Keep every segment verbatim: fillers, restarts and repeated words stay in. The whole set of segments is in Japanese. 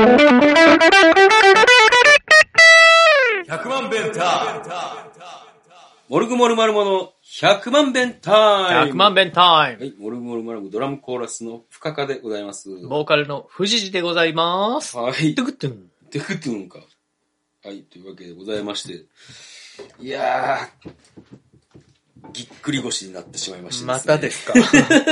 ひゃくまん弁タイム。モルグモルマルモのひゃくまん弁タイム。 ひゃくまん弁タイム。 はい、モルグモルマルモドラムコーラスの深川でございます。 ボーカルの藤次でございます。 はい。 トゥクトゥン。 トゥクトゥンか。はい、というわけでございまして。いやー、ぎっくり腰になってしまいましたですね。 またですか。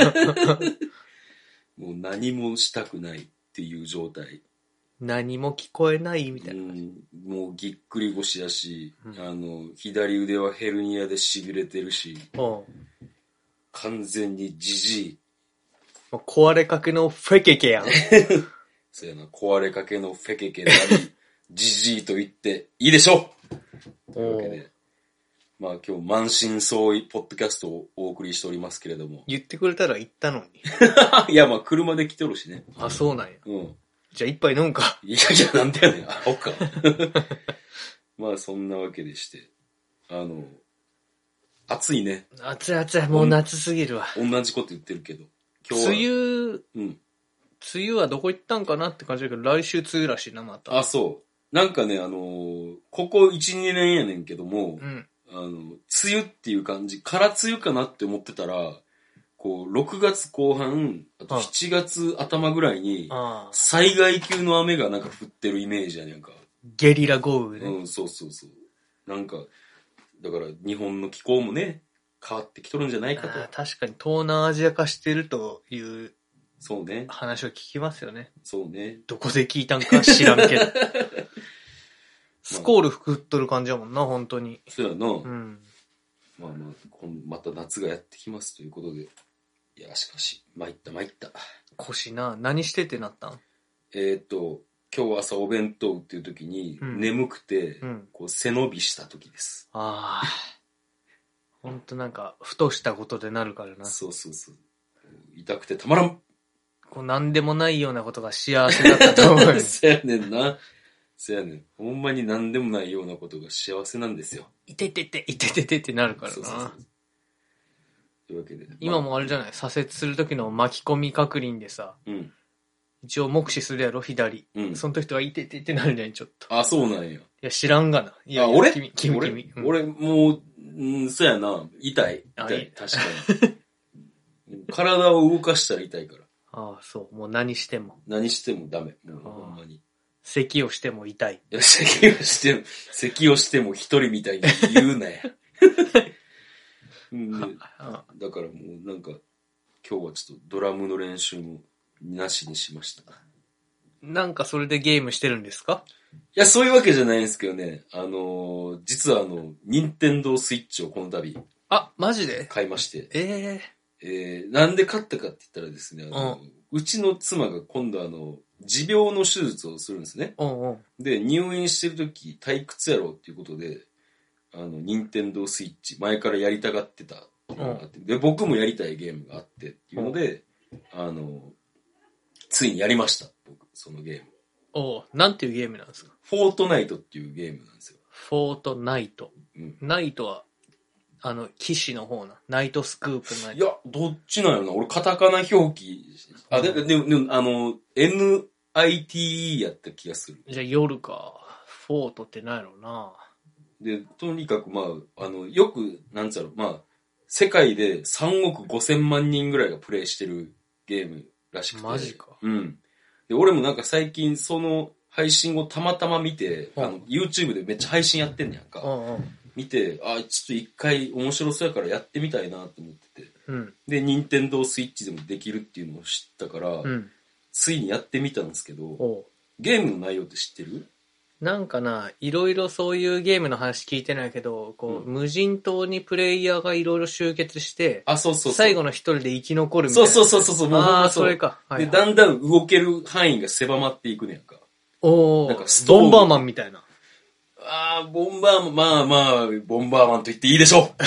もう何もしたくないっていう状態。 何も聞こえないみたいな、 うん、もうぎっくり腰だし、 うん、 あの左腕はヘルニアで痺れてるし、完全にジジイ。 もう壊れかけのフェケケやん。 そうやな、壊れかけのフェケケであり、ジジイと言っていいでしょう。というわけで、まあ今日満身創痍ポッドキャストをお送りしておりますけれども。 言ってくれたら言ったのに。 いやまあ車で来てるしね。 あ、そうなんや。 うん。 じゃあ一杯飲むか。 いやいや、なんでやねん。アホか。まあそんなわけでして。あの、暑いね。 暑い暑い。もう夏すぎるわ。 同じこと言ってるけど。今日は。 梅雨、うん。梅雨はどこ行ったんかなって感じだけど、来週梅雨らしいな、また。 あ、そう。なんかね、あのー、ここいち、にねんやねんけども、 うん。 あの、梅雨っていう感じ、空梅雨かなって思ってたら、こう、ろくがつこう半、あとしちがつ頭ぐらいに、災害級の雨がなんか降ってるイメージやねんか。 ゲリラ豪雨ね。 うん、そうそうそう。なんか、だから日本の気候もね、変わってきとるんじゃないかと。 あ、確かに東南アジア化してるという、 そうね。 話を聞きますよね。 そうね。 どこで聞いたんか知らんけど。スコール吹くっとる感じやもんな、本当に。 そうやな。 うん。 まあまあ、また夏がやってきますということで。いや、しかし、参った参った。 腰な、何してってなったん？ えっと、今日朝お弁当っていう時に、うん、眠くて、うん、こう背伸びした時です。 ああ。ほんとなんか、ふとしたことでなるからな。 そうそうそう。痛くてたまらん。 こうなんでもないようなことが幸せだったと思うよ。 そやねんな。そやねん。ほんまになんでもないようなことが幸せなんですよ。 いててて、いてててってなるからな。そうそうそう。 というわけで。 今もあれじゃない、左折する時の巻き込み確認でさ、うん、一応目視するやろ、左。うん、その時とかいててってなるじゃん、ちょっと。 あ、そうなんや。いや、知らんがな。いや、 あ、俺君、君、 俺、 君。 うん、俺、もう、うん、そうやな。痛い。痛い。確かに。体を動かしたら痛いから。 ああ、そう。もう何しても。 何してもダメ。もうほんまに。 咳をしても痛い。 いや、咳をしても、咳をしても一人みたいに言うなや。うん、だからもうなんか、今日はちょっとドラムの練習もなしにしました。 なんかそれでゲームしてるんですか？ いや、そういうわけじゃないんですけどね。あのー、実はあの、任天堂スイッチをこの度。 あ、マジで？ 買いまして。 ええー。えー、なんで買ったかって言ったらですね、あの、うん、うちの妻が今度あの、持病の手術をするんですね。 うんうん、で、 入院してるとき退屈やろうっていうことで、あの、任天堂スイッチ、前からやりたがってたっていうのがあって、うん、で、僕もやりたいゲームがあってっていうので、うん、あの、ついにやりました、僕、そのゲーム。 おう、なんていうゲームなんですか？ フォートナイトっていうゲームなんですよ。 フォートナイト。うん、ナイトは、あの、騎士の方な。ナイトスクープナイト。 いや、どっちなんやろな。俺、カタカナ表記。あ、で、で、で、あの、エヌアイティー やった気がする。 じゃあ夜か。フォートってなんやろうな。 で、とにかくまあ、あの、よく、なんつうの、まあ、世界でさんおくごせんまん人ぐらいがプレイしてるゲームらしくて。 マジか。 うん。で、俺もなんか最近その配信をたまたま見て、うん、あの、YouTube でめっちゃ配信やってんねやんか。うんうん、見て、あ、ちょっと一回面白そうやからやってみたいなと思ってて。うん、で、任天堂スイッチでもできるっていうのを知ったから、うん、ついにやってみたんですけど、ゲームの内容って知ってる？ なんかな、いろいろそういうゲームの話聞いてないけど、こう、うん、無人島にプレイヤーがいろいろ集結して、 あ、そうそうそう。 最後の一人で生き残るみたいな。 そうそうそうそう。もうああ、それか、 はいはい。で、だんだん動ける範囲が狭まっていくねやんか。 おー。なんかストーン。ボンバーマンみたいな。 ああ、ボンバーマン、まあまあ、ボンバーマンと言っていいでしょ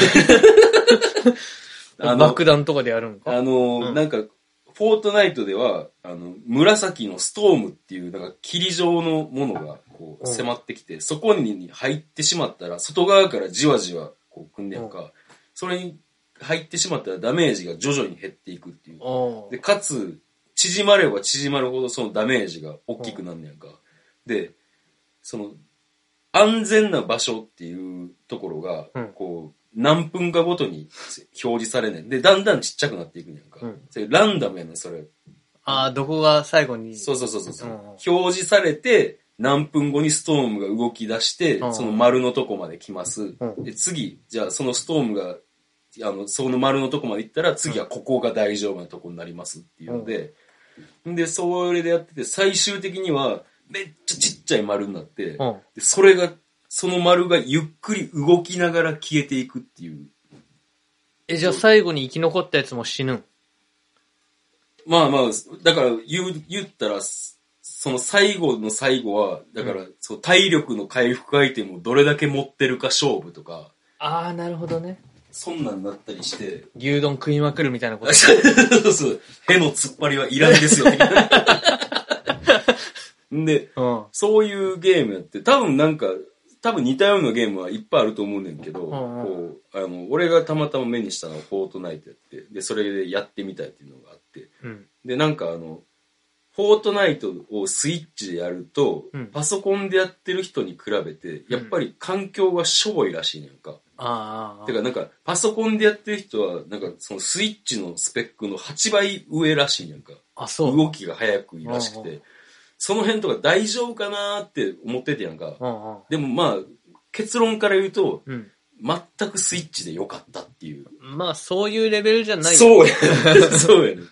う。あの爆弾とかでやるんか？ あの、うん、なんか、フォートナイトでは、あの、紫のストームっていう、なんか霧状のものが、こう、迫ってきて、そこに入ってしまったら、外側からじわじわ、こう、組んでやんか、それに入ってしまったらダメージが徐々に減っていくっていう。で、かつ、致縮まれば縮まるほどそのダメージが大きくなんねやんか。で、その、安全な場所っていうところが、うん、こう、何分かごとに表示されねん。で、だんだんちっちゃくなっていくんやんか。うん、それランダムやねん、それ。 ああ、どこが最後に。 そうそうそうそう、うん。表示されて、何分後にストームが動き出して、うん、その丸のとこまで来ます。うん、で、次、じゃあそのストームが、あの、その丸のとこまで行ったら、次はここが大丈夫なとこになりますっていうので、うん、で、それでやってて、最終的には、めっちゃちっちゃい丸になって、うん、でそれが、その丸がゆっくり動きながら消えていくっていう。 え、じゃあ最後に生き残ったやつも死ぬん？ まあまあ、だから言う、言ったら、その最後の最後は、だから、うん、そう体力の回復アイテムをどれだけ持ってるか勝負とか。 ああ、なるほどね。 そんなんなったりして。 牛丼食いまくるみたいなこと。 そうそう。への突っ張りはいらんですよ、的な。で、うん、そういうゲームやって、多分なんか、多分似たようなゲームはいっぱいあると思うねんけど、うんうん、こう、あの、俺がたまたま目にしたのはフォートナイトやって、で、それでやってみたいっていうのがあって、うん、で、なんかあの、フォートナイトをスイッチでやると、うん、パソコンでやってる人に比べて、やっぱり環境がしょぼいらしいねんか。ああ。てかなんか、パソコンでやってる人は、なんかそのスイッチのスペックのはちばい上らしいねんか。あ、そう。動きが速くいいらしくて。その辺とか大丈夫かなーって思っててやんか。でもまあ、結論から言うと、うん、全くスイッチで良かったっていう。 まあ、そういうレベルじゃないよ。 そうや。そうやね。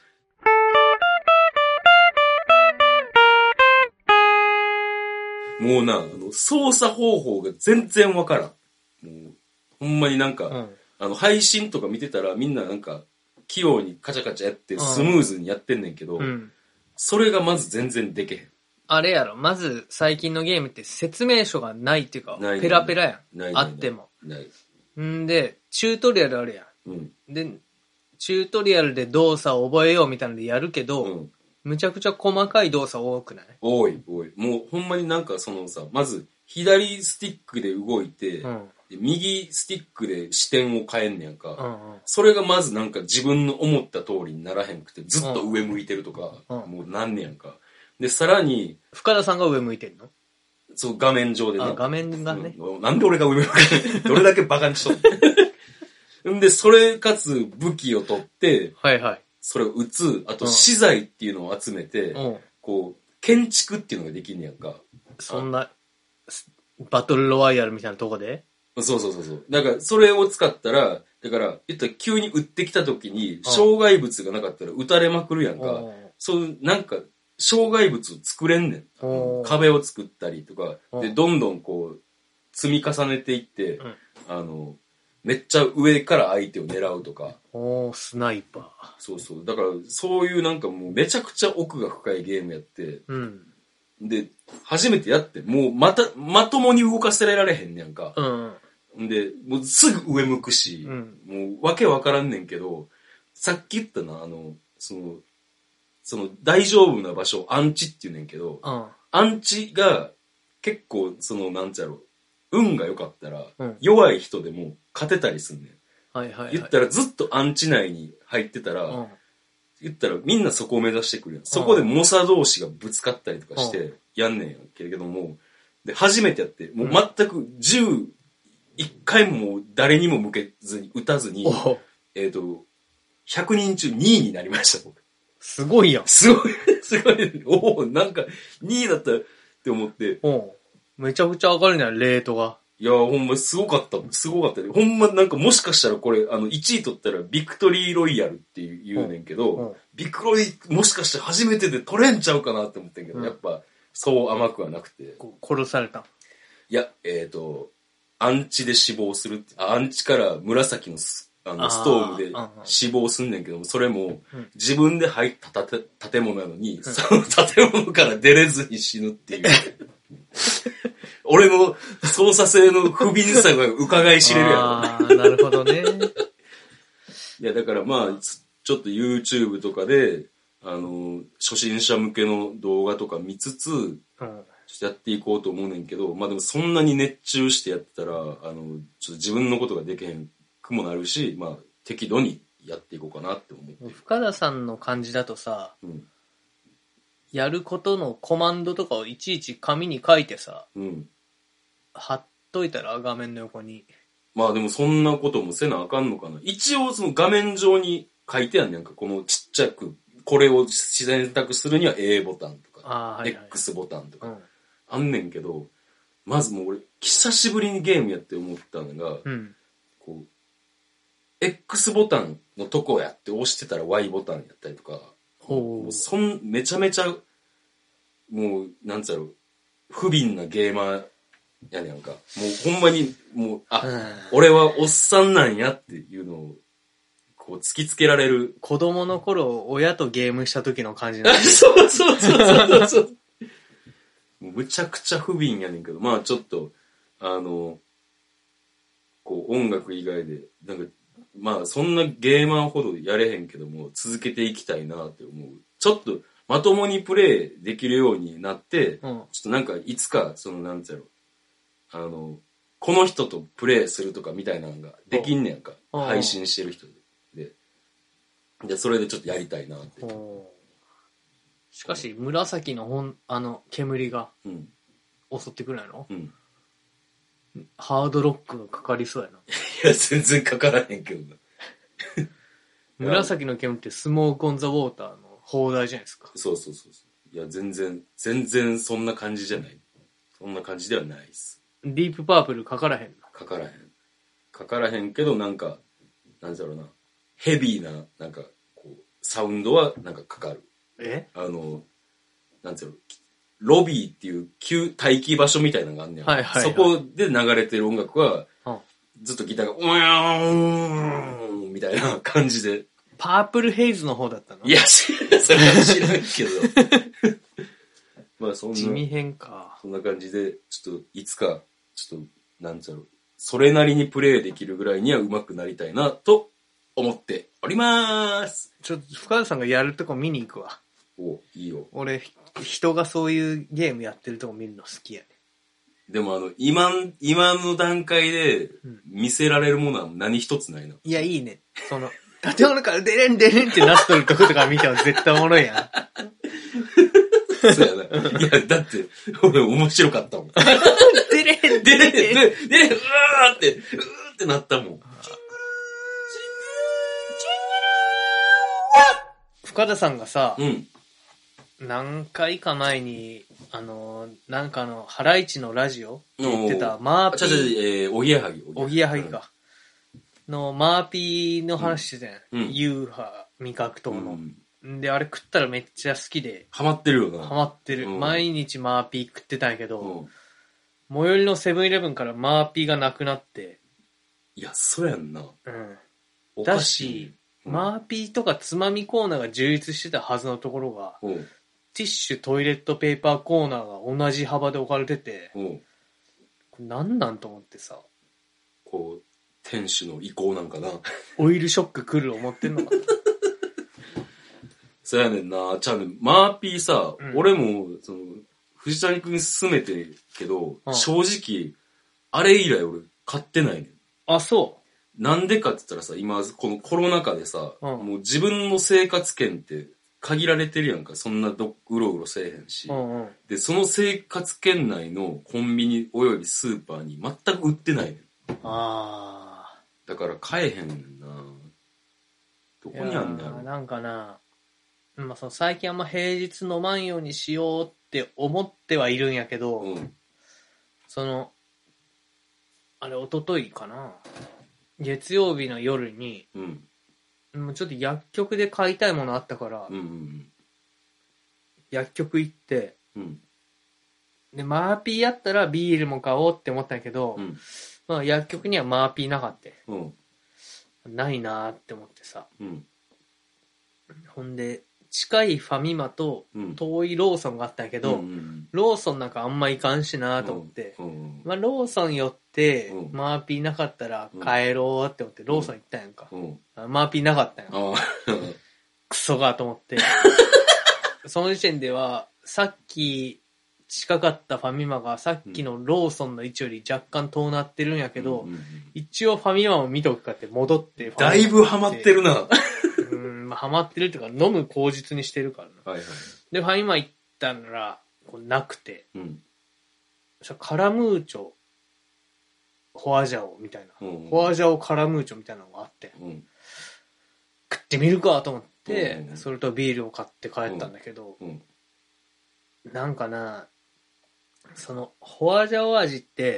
もうな、あの、操作方法が全然わからん。もう、ほんまになんか、うん、あの、配信とか見てたらみんななんか、器用にカチャカチャやってスムーズにやってんねんけど、うん、それがまず全然でけへん。 あれやろ、まず最近のゲームって説明書がないっていうか、ペラペラやん。ないないないあっても。ない。んで、チュートリアルあるやん。うん、で、チュートリアルで動作を覚えようみたいなのでやるけど、うん、むちゃくちゃ細かい動作多くない？ 多い、多い。もうほんまになんかそのさ、まず左スティックで動いて、うん、右スティックで視点を変えんねやんか、うんうん。それがまずなんか自分の思った通りにならへんくて、ずっと上向いてるとか、うん、もうなんねやんか。で、さらに、 深田さんが上向いてんの？ そう、画面上でね。 あ、画面がね。 なんで俺が上向いてんの？どれだけバカにしとんの？んで、それかつ武器を取って、はいはい。それを撃つ、あと資材っていうのを集めて、うん、こう、建築っていうのができんねやんか。 そんな、バトルロワイヤルみたいなとこで？ そうそうそうそう。だから、それを使ったら、だから、言ったら急に撃ってきた時に、障害物がなかったら撃たれまくるやんか。そう、なんか、障害物を作れんねん。壁を作ったりとか、で、どんどんこう、積み重ねていって、うん、あの、めっちゃ上から相手を狙うとか。 おー、スナイパー。 そうそう。だから、そういうなんかもうめちゃくちゃ奥が深いゲームやって、うん、で、初めてやって、もうまた、まともに動かせられへんねやんか。うん、で、もうすぐ上向くし、うん、もうわけわからんねんけど、さっき言ったな、あの、その、その大丈夫な場所をアンチって言うねんけど、うん、アンチが結構そのなんちゃろう、運が良かったら、うん、弱い人でも勝てたりすんねん。はいはいはい、言ったらずっとアンチ内に入ってたら、うん、言ったらみんなそこを目指してくるやん。そこで猛者同士がぶつかったりとかしてやんねんやけれども、で、初めてやって、もう全く銃一回も誰にも向けずに、撃たずに、えっと、ひゃくにん中にいになりました、僕。 すごいやん。 すごい、すごい。おお、なんか、にいだったって思って。 うん。めちゃくちゃ上がるね、レートが。 いや、ほんますごかった。すごかったね。ほんまなんかもしかしたらこれ、あの、いちい取ったらビクトリーロイヤルって言うねんけど、うんうん、ビクロイ、もしかして初めてで取れんちゃうかなって思ってんけど、うん、やっぱ、そう甘くはなくて。 殺された？ いや、えっ、ー、と、アンチで死亡するって、アンチから紫のスあの、ストームで死亡すんねんけども、それも、自分で入った建物なのに、うん、その建物から出れずに死ぬっていう。俺の操作性の不憫さが伺い知れるやろ。 ああ、なるほどね。 いや、だからまあ、ちょっと YouTube とかで、あの、初心者向けの動画とか見つつ、うん、ちょっとやっていこうと思うねんけど、まあでもそんなに熱中してやってたら、あの、ちょっと自分のことができへんくもなるし、まあ適度にやっていこうかなって思って。 深田さんの感じだとさ、うん、 やることのコマンドとかをいちいち紙に書いてさ、うん、貼っといたら画面の横に。 まあでもそんなこともせなあかんのかな。一応その画面上に書いてあんねんか、このちっちゃく、これを選択するには A ボタンとか、はいはい、X ボタンとか、うん、あんねんけど、まずもう俺、久しぶりにゲームやって思ったのが、うん、こう、X ボタンのとこやって押してたら Y ボタンやったりとか、もうそん、めちゃめちゃ、もう、なんつうやろ、不憫なゲーマーやねんか。もうほんまに、もう、あ、うん、俺はおっさんなんやっていうのを、こう突きつけられる。 子供の頃、親とゲームした時の感じなんで。 そうそうそうそうそう。むちゃくちゃ不憫やねんけど、まあちょっと、あの、こう音楽以外で、なんか、まあそんなゲーマーほどやれへんけども、続けていきたいなって思う。ちょっと、まともにプレイできるようになって、うん、ちょっとなんかいつか、そのなんつうやろ、あの、この人とプレイするとかみたいなのができんねやんか。配信してる人で。で、それでちょっとやりたいなって。 しかし、紫のほん、あの、煙が、襲ってくるやろ、うん、ハードロックがかかりそうやな。 いや、全然かからへんけどな。 紫の煙ってスモークオンザウォーターの放題じゃないですか。 そうそうそうそう。いや、全然、全然そんな感じじゃない。そんな感じではないっす。 ディープパープルかからへんの？ かからへん。かからへんけど、なんか、なんだろうな。ヘビーな、なんか、こう、サウンドは、なんかかかる。 え？ あの、なんつうの、ロビーっていう旧待機場所みたいなのがあんねん。はいはいはい、そこで流れてる音楽は、うん、ずっとギターが、うーんみたいな感じで。 パープルヘイズの方だったの？ いや、それは知らんけど。まあそんな。 地味変か。 そんな感じで、ちょっと、いつか、ちょっと、なんちゃろう。それなりにプレイできるぐらいには上手くなりたいな、と思っておりまーす。 ちょっと、深田さんがやるとこ見に行くわ。 お、いいよ。 俺、人がそういうゲームやってるとこ見るの好きやね。 でもあの、今、今の段階で見せられるものは何一つないな。 いや、いいね。その、建物からデレンデレンってなっとるとことか見ても絶対おもろいやん。そうやな。いや、だって、俺面白かったもん。 デレンデレンデレンデレンうわーって、うーってなったもん。 深田さんがさ、うん、何回か前に、あの、なんかの、ハライチのラジオって言ってた、マーピー。 ちょちょ、えー、おぎやはぎ。 おぎやはぎか。うん、の、マーピーの話してたやん。うん、ユーハ味覚糖の、うん。で、あれ食ったらめっちゃ好きで。 ハマってるよな。 ハマってる。うん、毎日マーピー食ってたんやけど、うん、最寄りのセブンイレブンからマーピーがなくなって。 いや、そうやんな。 うん。おかしい。だし、うん、マーピーとかつまみコーナーが充実してたはずのところが、うん、ティッシュトイレットペーパーコーナーが同じ幅で置かれてて、うん、これ何なんと思ってさ。 こう、店主の意向なんかな。 オイルショック来る思ってんのかな。 そうやねんな。ちゃうねん。マーピーさ、うん、俺も、その、藤谷くんに勧めてるけど、うん、正直、あれ以来俺買ってないねん。 あ、そうなんでかって言ったらさ、今、このコロナ禍でさ、うん、もう自分の生活圏って限られてるやんか。そんなどうろうろせえへんし、うんうん。で、その生活圏内のコンビニおよびスーパーに全く売ってないねん。あー。だから買えへんねんな。どこにあんねんやろ。 なんかな、まあ、その最近あんま平日飲まんようにしようって思ってはいるんやけど、うん、その、あれ、一昨日かな。月曜日の夜に、うん、もうちょっと薬局で買いたいものあったから、うんうんうん、薬局行って、うん、で、マーピーやったらビールも買おうって思ったんやけど、うん、まあ、薬局にはマーピーなかった、うん、ないなーって思ってさ、うん、ほんで近いファミマと遠いローソンがあったんやけど、うん、ローソンなんかあんまいかんしなーと思って、うんうん、まあ、ローソン寄って、うん、マーピーなかったら帰ろうって思ってローソン行ったんやんか、うん、マーピーなかったんやんクソがと思ってその時点ではさっき近かったファミマがさっきのローソンの位置より若干遠なってるんやけど、うんうんうん、一応ファミマを見とくかって戻ってファミマだいぶハマってるなうん、まあ、ハマってるっていうか飲む口実にしてるからな、はいはい、でファミマ行っったらこうなくて、 うん、 カラムーチョホアジャオみたいな、 うんうん、 ホアジャオカラムーチョみたいなのがあって、うん、食ってみるかと思って、うんうん、それとビールを買って帰ったんだけど、うんうん、なんかなそのホアジャオ味って、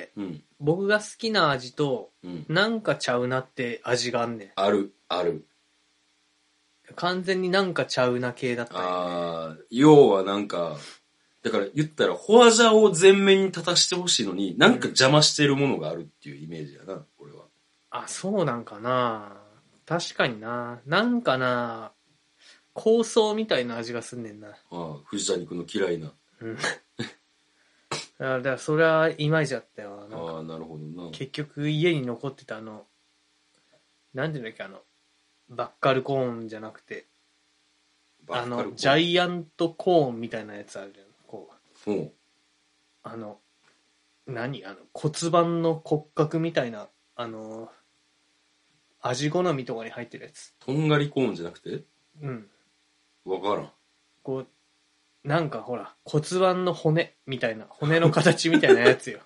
うん、僕が好きな味と、うん、なんかちゃうなって味があんねん。 あるある。 完全になんかちゃうな系だったよね。 ああ、要はなんかだから言ったらホアジャオを前面に立たしてほしいのになんか邪魔してるものがあるっていうイメージやな、これは。 あ、そうなんかな。確かにな。なんかな香草みたいな味がすんねんな。ああ、藤田肉の嫌いな。うんだからそれはいまいちだったよ。 なんかああ、なるほどな。 結局家に残ってたあのなんていうんだっけ、あのバッカルコーンじゃなくてあのジャイアントコーンみたいなやつあるじゃん。こう、うん、あの何あの骨盤の骨格みたいなあの味好みとかに入ってるやつ。 とんがりコーンじゃなくて？ うん。 わからん。 こうなんかほら骨盤の骨みたいな骨の形みたいなやつよ。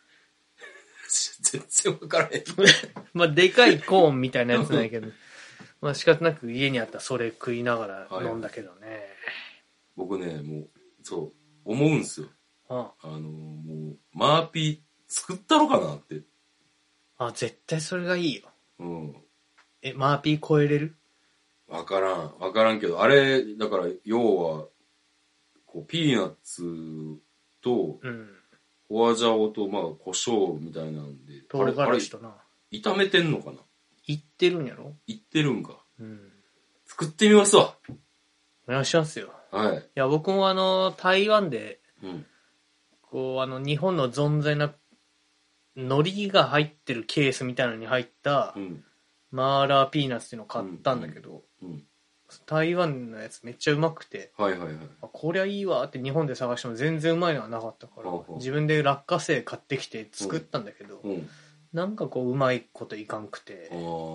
全然わからへん。 まあでかいコーンみたいなやつなんやけど、まあ仕方なく家にあったそれ食いながら飲んだけどね。はい、 僕ねもうそう思うんすよ。ああ、あのもうマーピー作ったのかなって。 あ、絶対それがいいよ。うん。え、マーピー超えれる？ わからんわからんけどあれだから要はこうピーナッツと、うん、ホアジャオとまあ胡椒みたいなんで唐辛子とな炒めてんのかな。 いってるんやろ。 いってるんか。うん。作ってみますわ。 お願いしますよ。はい。いや僕もあの台湾で、うん、こうあの日本の存在な海苔が入ってるケースみたいなのに入った、うん、マーラーピーナッツっていうのを買ったんだけど、うんうん、台湾のやつめっちゃうまくて、はいはいはい、あこりゃいいわって日本で探しても全然うまいのはなかったから、はあはあ、自分で落花生買ってきて作ったんだけど、うんうん、なんかこううまいこといかんくて、あ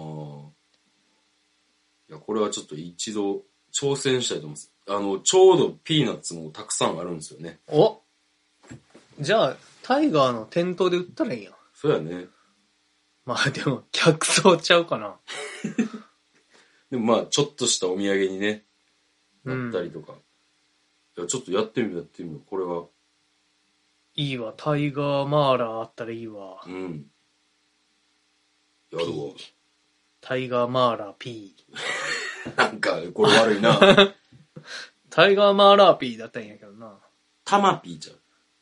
いやこれはちょっと一度挑戦したいと思います。あのちょうどピーナッツもたくさんあるんですよね。 おじゃあタイガーの店頭で売ったらいいやん。 そうやね。 まあでも客層ちゃうかな。 でもまあちょっとしたお土産にねなったりとか、うん、いやちょっとやってみようやってみよう。これはいいわ。タイガーマーラーあったらいいわ。うんやるわ。 タイガーマーラー P なんかこれ悪いな。 タイガーマーラー P だったんやけどな。 タマピーちゃう。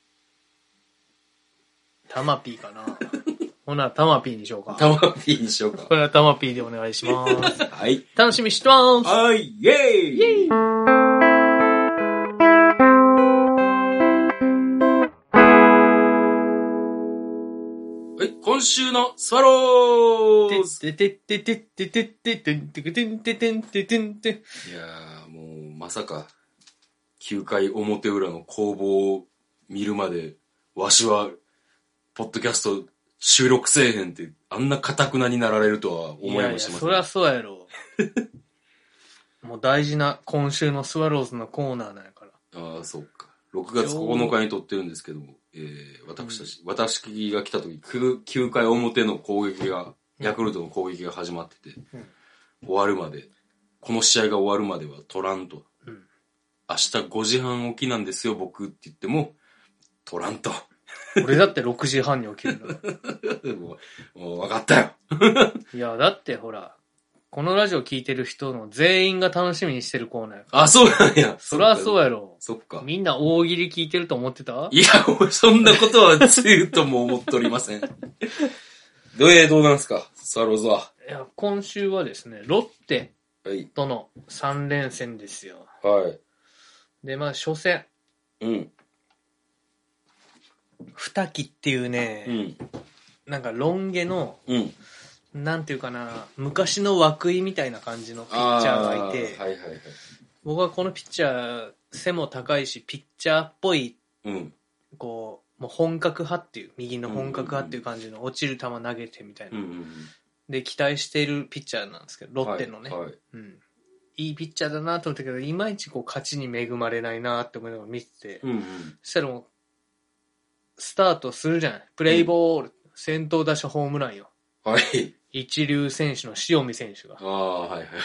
タマピーかな。ほなタマピーにしようか。 タマピーにしようか。 これはタマピーでお願いします。 はい。 楽しみにしてます。 はい、イェーイ。イェーイ。はい、今週のスワローズ。ててててててててててててててて。いやーもうまさかきゅうかい表裏の攻防を見るまでわしはポッドキャスト収録せえへんってあんな堅くなになられるとは思いもしません。 そりゃそうやろ。もう大事な今週のスワローズのコーナーなんやから。 ああ、そうか。ろくがつここのかに撮ってるんですけども、えー、私たち、うん、私が来た時きゅうかい表の攻撃が、ヤクルトの攻撃が始まってて、うん、終わるまで、この試合が終わるまでは取らんと。うん、明日ごじはん起きなんですよ、僕って言っても、取らんと。 俺だってろくじはんに起きるんだもう、もう分かったよ。 いや、だってほら、このラジオ聞いてる人の全員が楽しみにしてるコーナーやから。 あ、そうなんや。 そりゃそうやろ。 そっか。 みんな大喜利聞いてると思ってた？ いや、俺そんなことはつゆとも思っておりません。どえ、どうなんすか、スワローズは。 いや、今週はですね、ロッテとのさん連戦ですよ。はい。で、まあ、初戦。うん。二木っていうね、うん、なんかロン毛の、うん、なんていうかな、昔の涌井みたいな感じのピッチャーがいて、はいはいはい、僕はこのピッチャー背も高いしピッチャーっぽい、うん、こうもう本格派っていう右の本格派っていう感じの落ちる球投げてみたいな、うんうんうん、で期待しているピッチャーなんですけどロッテのね、はいはい、うん、 いいピッチャーだなと思ったけど、いまいちこう勝ちに恵まれないなって思いながら見てて、うんうん、そしたらもう、スタートするじゃない。プレイボール、うん、先頭打者ホームランよ。 はい。 一流選手の塩見選手が。 ああ、はいはい。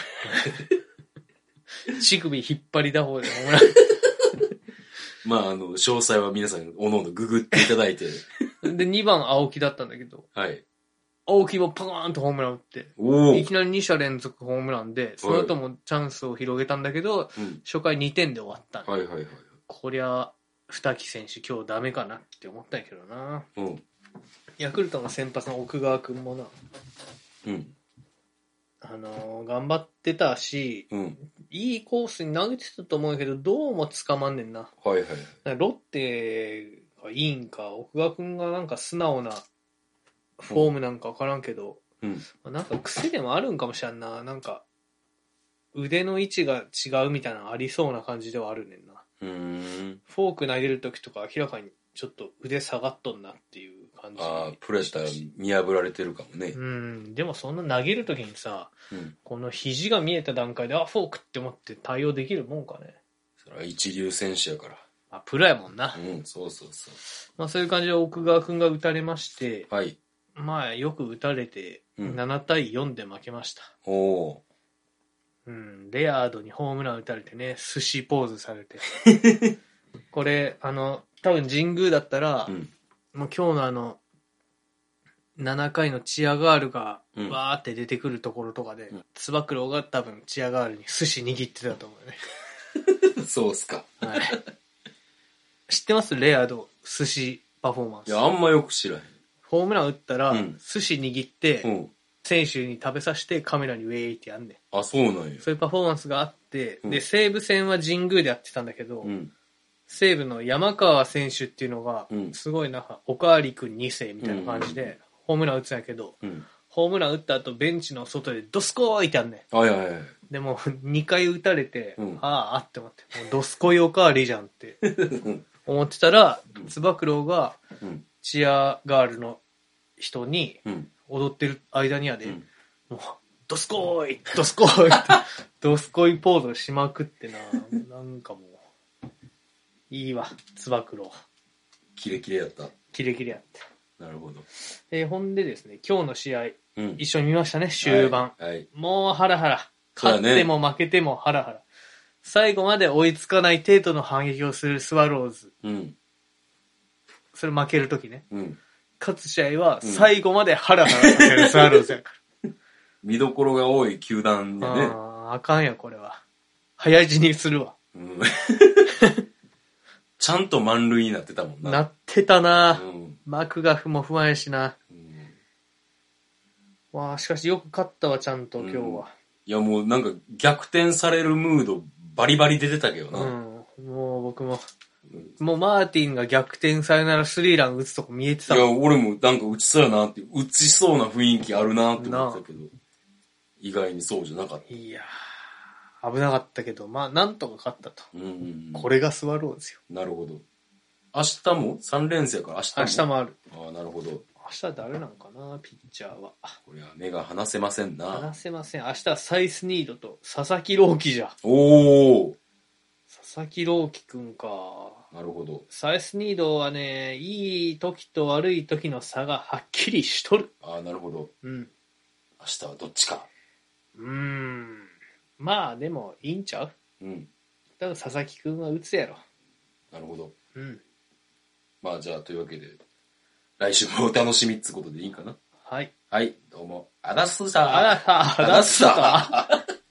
乳首引っ張りだ方でホームラン。 まあ、あの、詳細は皆さん、おのおのググっていただいて。 で、にばん青木だったんだけど、 はい。 青木もパカーンとホームラン打って、いきなりに者連続ホームランで、その後もチャンスを広げたんだけど、はい、初回にてんで終わったんで、 はいはいはい。 こりゃ、二木選手今日ダメかなって思ったんやけどな。うん。ヤクルトの先発の奥川くんもな、うん。あのー、頑張ってたし、うん、いいコースに投げてたと思うけど、どうも捕まんねんな。 はいはい。 ロッテがいいんか、奥川くんがなんか素直なフォームなんかわからんけど、うんまあ、なんか癖でもあるんかもしれんな。なんか、腕の位置が違うみたいなのありそうな感じではあるねんな。うーんフォーク投げるときとか明らかにちょっと腕下がっとんなっていう感じ。 ああ、プレッシャー見破られてるかもね。 うん。でもそんな投げるときにさ、うん、この肘が見えた段階で、あ、フォークって思って対応できるもんかね。 それは一流選手やから。 あ、プロやもんな。 うん、そうそうそう。 まあそういう感じで奥川くんが打たれまして、はい。まあよく打たれて、ななたいよんで負けました。うん、おー。うん、レアードにホームラン打たれてね、寿司ポーズされて。これ、あの、多分神宮だったら、うん、もう今日のあの、ななかいのチアガールがわーって出てくるところとかで、うん、つば九郎が多分チアガールに寿司握ってたと思うね。そうっすか。 はい。知ってますレアード寿司パフォーマンス。 いや、あんまよく知らへん。 ホームラン打ったら、うん、寿司握って、うん選手に食べさせてカメラにウェイってやんねん。あ、そうなんや。 そういうパフォーマンスがあって、うん、で、西武戦は神宮でやってたんだけど、うん、西武の山川選手っていうのが、うん、すごいなんか、おかわりくんに世みたいな感じで、ホームラン打つんやけど、うん、ホームラン打った後、ベンチの外でドスコーイってやんねん。はいはいはい。でも、にかい打たれて、うん、ああって思って、もうドスコイおかわりじゃんって思ってたら、つば九郎が、チアガールの人に、うん踊ってる間にはね、うん、もう、ドスコーイドスコーイって、ドスコイポーズしまくってな、なんかもう、いいわ、つば九郎。 キレキレやった。 キレキレやった。 なるほど。 えー、ほんでですね、今日の試合、うん、一緒に見ましたね、終盤。はいはい、もうハラハラ。勝っても負けてもハラハラ。最後まで追いつかない程度の反撃をするスワローズ。うん、それ負けるときね。うん勝つ試合は最後までハラハラさせるスワローズやから。 見どころが多い球団でね。 ああ、あかんや、これは。早死にするわ。うん、 ちゃんと満塁になってたもんな。 なってたな、うん、マクガフも不安やしな。うん、わあ、しかしよく勝ったわ、ちゃんと今日は。うん、いや、もうなんか逆転されるムードバリバリ出てたけどな。 うん、もう僕も。もうマーティンが逆転サヨナラスリーラン打つとこ見えてたもん。いや、俺もなんか打ちそうやなって、打ちそうな雰囲気あるなって思ってたけど、意外にそうじゃなかった。 いやー、危なかったけど、まあなんとか勝ったと。うんうんうん、これがスワローズよ。 なるほど。明日も ?さん 連戦から明日も明日もある。 ああ、なるほど。 明日誰なんかな、ピッチャーは。 これは目が離せませんな。 離せません。明日はサイスニードと佐々木朗希じゃ。 おー。 佐々木朗希くんか。 なるほど。 サイスニードはね、いい時と悪い時の差がはっきりしとる。 ああ、なるほど。うん。明日はどっちか。 うーん。まあ、でも、いいんちゃう？うん。ただ、佐々木くんは打つやろ。 なるほど。うん。まあ、じゃあ、というわけで、来週もお楽しみっつことでいいかな。 はい。 はい、どうも。あだっすさ。 あださ、あだっすさ。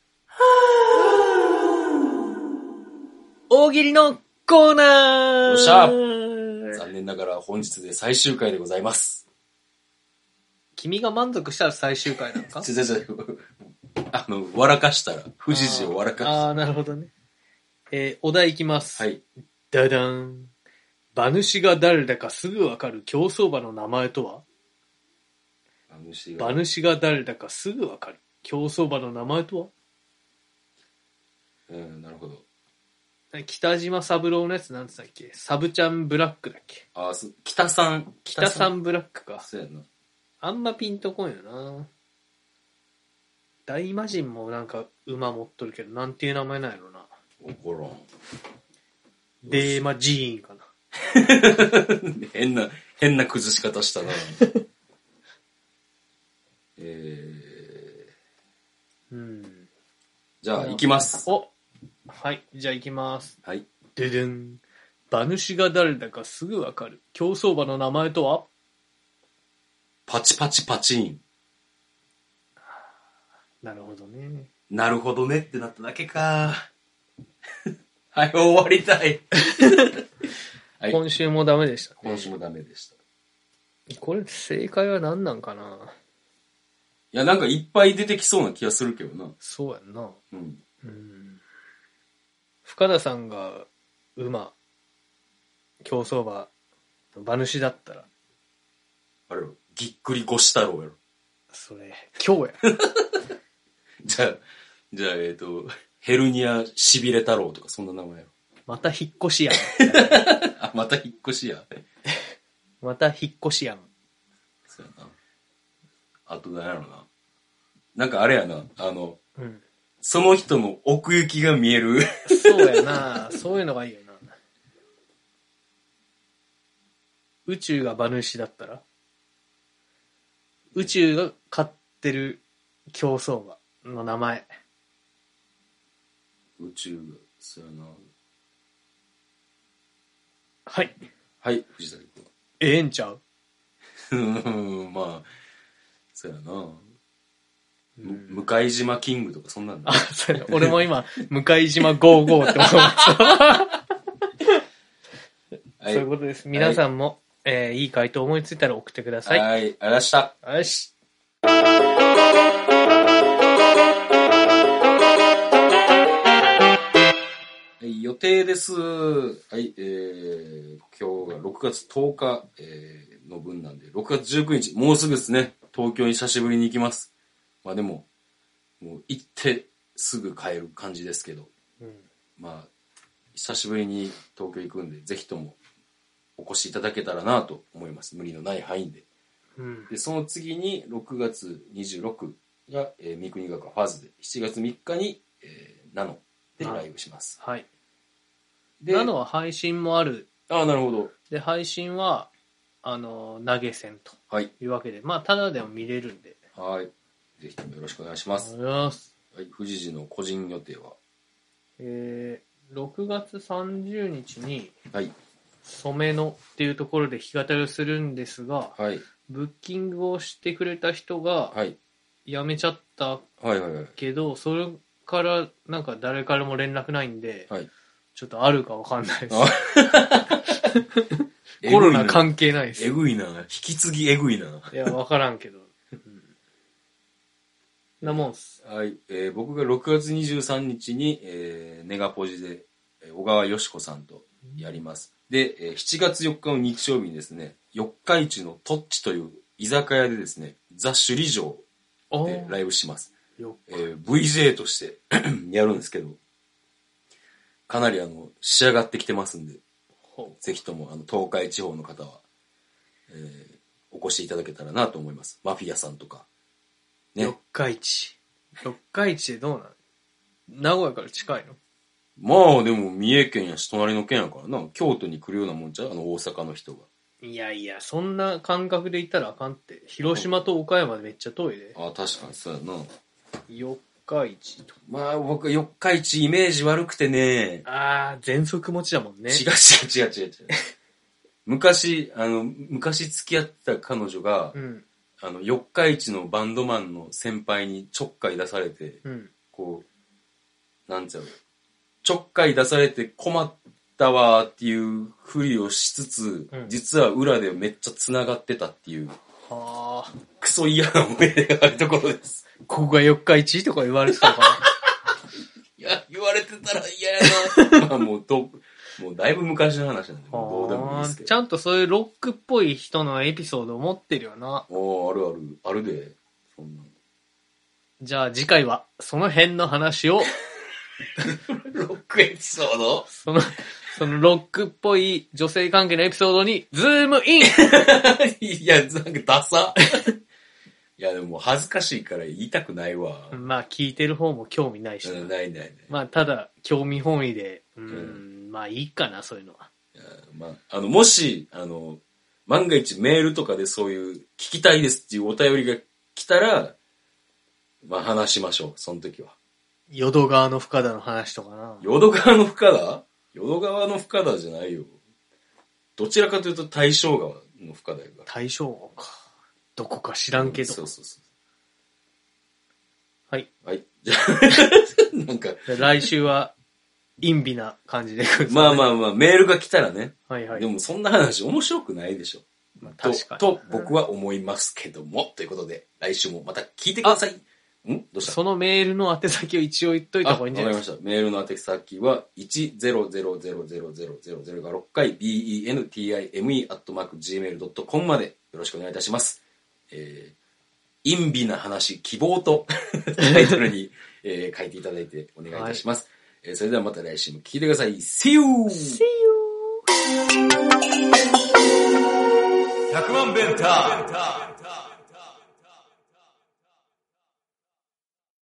大喜利のコーナー。 よっしゃ。残念ながら本日で最終回でございます。 君が満足したら最終回なのか？ ちょちょちょ。あの、笑かしたら、富士寺を笑かしたら。 ああ、なるほどね。えー、お題いきます。はい。ダダン。馬主が誰だかすぐわかる競走馬の名前とは？馬主が。馬主が誰だかすぐわかる競走馬の名前とは？ うん、なるほど。 北島三郎のやつなんつったっけ？サブちゃんブラックだっけ？ ああ、北さん。 北さんブラックか。 そうやな。 あんまピンとこんよな。 大魔神もなんか馬持っとるけど、なんていう名前なんやろな。 わからん。 デーマジーンかな。 変な、変な崩し方したな。えー、うん。じゃあ、行きます。 おはい、じゃあ行きます。 はい。 ででん。馬主が誰だかすぐわかる。競走馬の名前とは？ パチパチパチン。 なるほどね。 なるほどねってなっただけか。はい、終わりたい。 はい、今週もダメでした、ね。 今週もダメでした。 これ正解は何なんかな。 いや、なんかいっぱい出てきそうな気がするけどな。 そうやんな。 うん。 うん。深田さんが馬、競走馬、馬主だったら。 あれよ、ぎっくり腰太郎やろ。 それ、今日や。 じゃあ、じゃあ、えっと、ヘルニアしびれ太郎とかそんな名前やろ。 また引っ越しやん。 あ、また引っ越しや。 また引っ越しやん。 そうやな。あと何やろな。なんかあれやな、あの、うん、その人の奥行きが見える。 そうやな。そういうのがいいよな。宇宙が馬主だったら宇宙が飼ってる競走馬の名前。 宇宙が、そうやな。 はい。 はい、藤崎君。 ええんちゃうまあ、そうやな。む向島キングとかそんなんだ。 あ、そうや。俺も今、向島ごじゅうごって思いました。はい、そういうことです。皆さんも、はい、えー、いい回答思いついたら送ってください。 はい、ありがとうございました。 よし。 はい、予定です。はい、えー、今日がろくがつとおか、えー、の分なんで、ろくがつじゅうくにち、もうすぐですね、東京に久しぶりに行きます。まあでも、もう行ってすぐ帰る感じですけど、うん、まあ、久しぶりに東京行くんで、ぜひともお越しいただけたらなと思います。無理のない範囲で。うん、で、その次にろくがつにじゅうろくが、えー、三国学ファーズで、しちがつみっかに、えー、ナノでライブします。 はい。で、ナノは配信もある。 ああ、なるほど。 で、配信は、あの、投げ銭というわけで、はい、まあ、ただでも見れるんで。 はい。ぜひともよろしくお願いします。 お願いします。 はい、富士寺の個人予定はえー、ろくがつさんじゅうにちに、 はい。 染野っていうところで弾き語りをするんですが、 はい。 ブッキングをしてくれた人が、 はい。 辞めちゃったけど、はいはいはい、それからなんか誰からも連絡ないんで、はい、ちょっとあるかわかんないです。コロナ関係ないです。 えぐいな。引き継ぎえぐいな。 いや、わからんけど。うん、なもんす。 はい、えー。僕がろくがつにじゅうさんにちに、えー、ネガポジで、小川よしこさんとやります。うん、で、えー、しちがつよっかの日曜日にですね、四日市のトッチという居酒屋でですね、ザ・首里城でライブします。えー、ブイジェー としてやるんですけど、かなりあの仕上がってきてますんで、ぜひともあの東海地方の方は、えー、お越しいただけたらなと思います。マフィアさんとか、 ね、四日市四日市でどうなの？名古屋から近いの？ まあでも三重県やし隣の県やからな、京都に来るようなもんちゃう、あの大阪の人が。 いやいや、そんな感覚で行ったらあかんって。広島と岡山でめっちゃ遠いで。 ああ、確かにそうやな。 四日市と。 まあ僕四日市イメージ悪くてね。 ああ、全息持ちだもんね。 違う違う違う違う違う。昔、あの、昔付き合った彼女が、うん、あの、四日市のバンドマンの先輩にちょっかい出されて、うん、こう、なんつうの、ちょっかい出されて困ったわーっていうふりをしつつ、うん、実は裏でめっちゃ繋がってたっていう、はあ、クソ嫌な思い出があるところです。 ここが四日市とか言われてたかな。 いや、言われてたら嫌やな。まあもうど、もうだいぶ昔の話なんで、どうでもいいですけど。 ちゃんとそういうロックっぽい人のエピソードを持ってるよな。 おー、あるある。あるで。そんな。 じゃあ次回は、その辺の話を。 ロックエピソード？ その、そのロックっぽい女性関係のエピソードに、ズームイン。 いや、なんかダサ。 いやでも恥ずかしいから言いたくないわ。 まあ聞いてる方も興味ないしな。 うん、ないないない。 まあただ興味本位で、うん、うん、まあいいかな、そういうのは。 いやまあ、あの、もし、あの、万が一メールとかでそういう聞きたいですっていうお便りが来たら、まあ話しましょう、その時は。 淀川の深田の話とかな。 淀川の深田？淀川の深田じゃないよ。どちらかというと大正川の深田やから。 大正川か。どこか知らんけど。 うん、そうそうそう。 はい。 はい。じゃあ、なんか。 来週は、陰微な感じで来る、ね。 まあまあまあ、メールが来たらね。 はいはい。 でもそんな話面白くないでしょ。 まあ、確かにと。と、僕は思いますけども。ということで、来週もまた聞いてください。んどうしたそのメールの宛先を一応言っといた方がいいんじゃないですか。 わかりました。メールの宛先は、いちゼロゼロゼロゼロゼロゼロゼロがろっかい、ビーイーエヌティーアイエムイーアットマークジーメールドットコム までよろしくお願いいたします。えー、陰微な話、希望とタイトルに、えー、書いていただいてお願いいたします。はい、えー、それではまた来週も聞いてください。See you! See you! ひゃくまんベンター